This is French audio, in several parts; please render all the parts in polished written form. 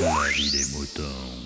La vie des moutons.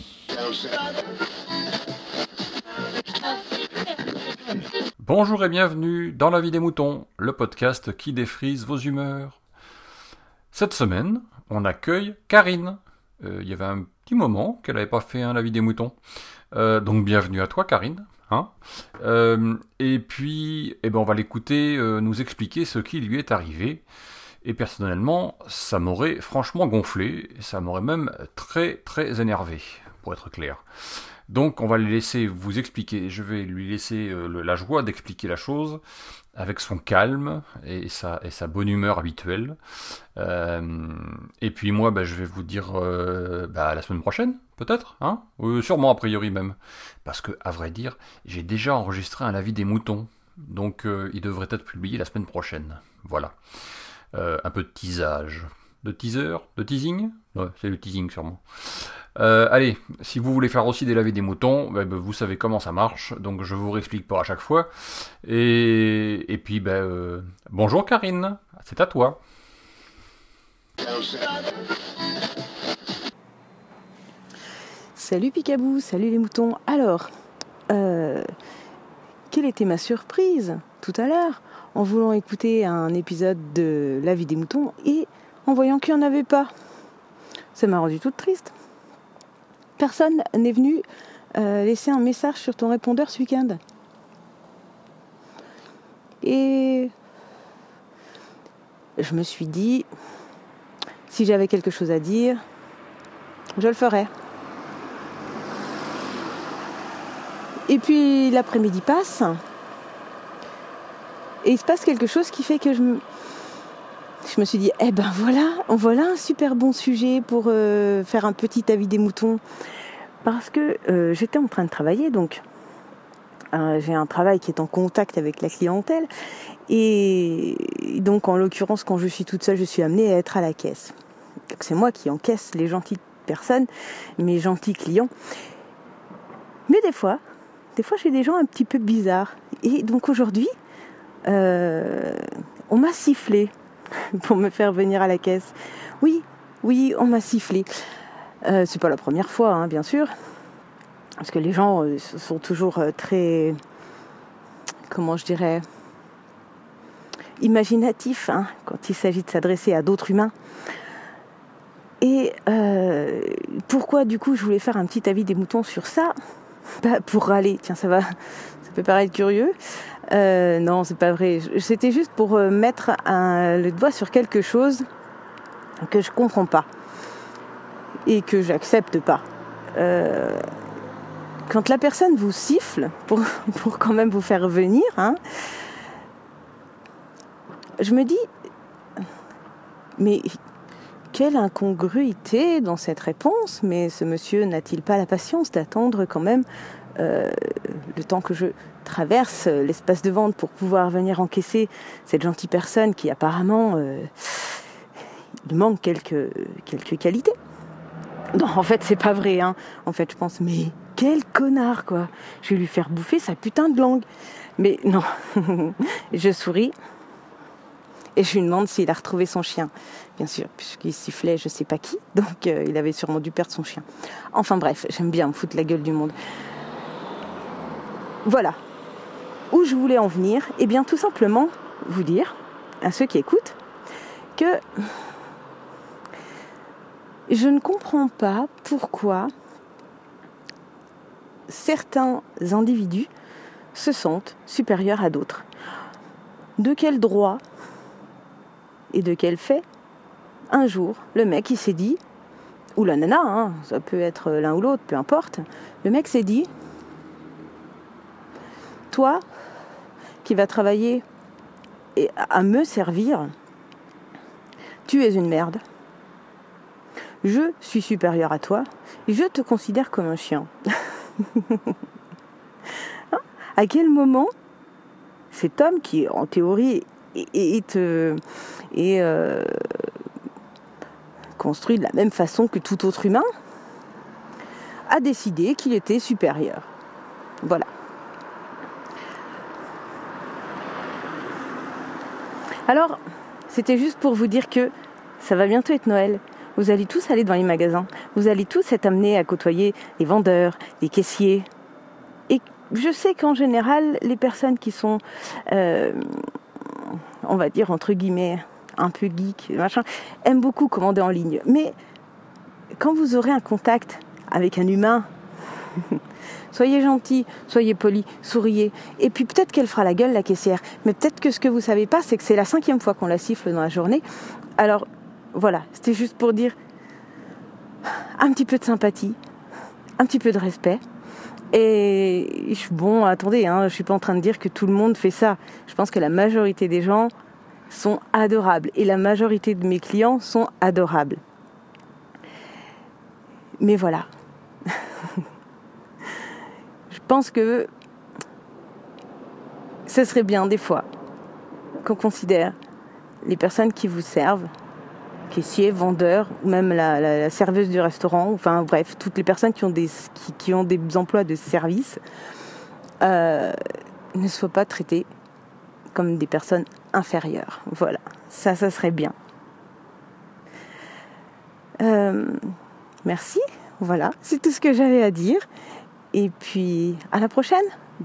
Bonjour et bienvenue dans La vie des moutons, le podcast qui défrise vos humeurs. Cette semaine, on accueille Karine. Il y avait un petit moment qu'elle n'avait pas fait La vie des moutons. Donc bienvenue à toi Karine. Et puis, on va l'écouter nous expliquer ce qui lui est arrivé. Et personnellement, ça m'aurait franchement gonflé, ça m'aurait même très très énervé, pour être clair. Donc on va le laisser vous expliquer, je vais lui laisser la joie d'expliquer la chose, avec son calme et sa bonne humeur habituelle. Et puis moi, je vais vous dire à la semaine prochaine, peut-être, sûrement a priori même. Parce que, à vrai dire, j'ai déjà enregistré un avis des moutons, donc il devrait être publié la semaine prochaine. Voilà. Un peu de teasage. De teaser? De teasing? Ouais, c'est le teasing sûrement. Allez, si vous voulez faire aussi des lavés des moutons, vous savez comment ça marche, donc je vous réexplique pas à chaque fois. Et puis, bonjour Karine, c'est à toi. Salut Picabou, salut les moutons. Alors, quelle était ma surprise tout à l'heure en voulant écouter un épisode de La vie des moutons et en voyant qu'il n'y en avait pas. Ça m'a rendu toute triste. Personne n'est venu laisser un message sur ton répondeur ce week-end. Et je me suis dit, si j'avais quelque chose à dire, je le ferais. Et puis l'après-midi passe, et il se passe quelque chose qui fait que je me suis dit, voilà un super bon sujet pour faire un petit avis des moutons. Parce que j'étais en train de travailler, donc j'ai un travail qui est en contact avec la clientèle. Et donc en l'occurrence, quand je suis toute seule, je suis amenée à être à la caisse. Donc c'est moi qui encaisse les gentilles personnes, mes gentils clients. Mais des fois j'ai des gens un petit peu bizarres. Et donc aujourd'hui, on m'a sifflé pour me faire venir à la caisse. Oui, on m'a sifflé. C'est pas la première fois, bien sûr. Parce que les gens sont toujours très, comment je dirais, imaginatifs quand il s'agit de s'adresser à d'autres humains. Et pourquoi du coup je voulais faire un petit avis des moutons sur ça ? Pour râler, tiens, ça peut paraître curieux. Non, c'est pas vrai. C'était juste pour mettre le doigt sur quelque chose que je comprends pas et que j'accepte pas. Quand la personne vous siffle pour quand même vous faire venir, je me dis, mais quelle incongruité dans cette réponse, mais ce monsieur n'a-t-il pas la patience d'attendre quand même le temps que je traverse l'espace de vente pour pouvoir venir encaisser cette gentille personne qui apparemment lui manque quelques qualités. Non, en fait, c'est pas vrai. En fait, je pense, mais quel connard, quoi. Je vais lui faire bouffer sa putain de langue. Mais non, je souris. Et je lui demande s'il a retrouvé son chien. Bien sûr, puisqu'il sifflait je sais pas qui. Donc il avait sûrement dû perdre son chien. Enfin bref, j'aime bien me foutre la gueule du monde. Voilà. Où je voulais en venir, tout simplement vous dire, à ceux qui écoutent, que je ne comprends pas pourquoi certains individus se sentent supérieurs à d'autres. De quel droit et de quel fait, un jour, le mec il s'est dit, ou la nana, ça peut être l'un ou l'autre, peu importe, le mec s'est dit, toi qui vas travailler et à me servir, tu es une merde. Je suis supérieur à toi, je te considère comme un chien. À quel moment cet homme qui en théorie est construit de la même façon que tout autre humain, a décidé qu'il était supérieur. Voilà. Alors, c'était juste pour vous dire que ça va bientôt être Noël. Vous allez tous aller dans les magasins. Vous allez tous être amenés à côtoyer les vendeurs, les caissiers. Et je sais qu'en général, les personnes qui sont, on va dire entre guillemets, un peu geek, machin, aiment beaucoup commander en ligne. Mais quand vous aurez un contact avec un humain, soyez gentil, soyez poli, souriez. Et puis peut-être qu'elle fera la gueule, la caissière. Mais peut-être que ce que vous savez pas, c'est que c'est la 5e fois qu'on la siffle dans la journée. Alors voilà, c'était juste pour dire un petit peu de sympathie, un petit peu de respect. Et bon, attendez, je suis pas en train de dire que tout le monde fait ça. Je pense que la majorité des gens sont adorables. Et la majorité de mes clients sont adorables. Mais voilà. Je pense que ce serait bien des fois qu'on considère les personnes qui vous servent, caissiers, vendeurs, ou même la serveuse du restaurant, enfin bref, toutes les personnes qui ont des emplois de service, ne soient pas traitées comme des personnes inférieures. Voilà, ça serait bien. Merci, voilà, c'est tout ce que j'avais à dire. Et puis, à la prochaine.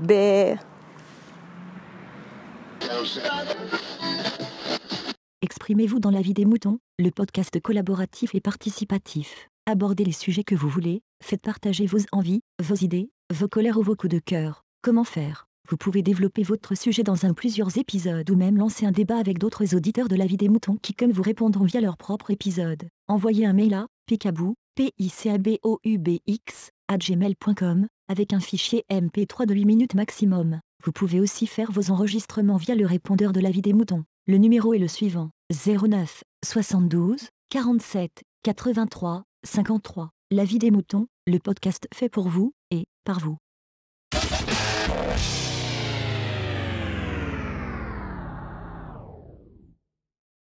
Exprimez-vous dans la vie des moutons, le podcast collaboratif et participatif. Abordez les sujets que vous voulez, faites partager vos envies, vos idées, vos colères ou vos coups de cœur. Comment faire ? Vous pouvez développer votre sujet dans un plusieurs épisodes ou même lancer un débat avec d'autres auditeurs de la vie des moutons qui comme vous répondront via leur propre épisode. Envoyez un mail à picaboo, @gmail.com avec un fichier MP3 de 8 minutes maximum. Vous pouvez aussi faire vos enregistrements via le répondeur de la vie des moutons. Le numéro est le suivant, 09 72 47 83 53. La vie des moutons, le podcast fait pour vous et par vous.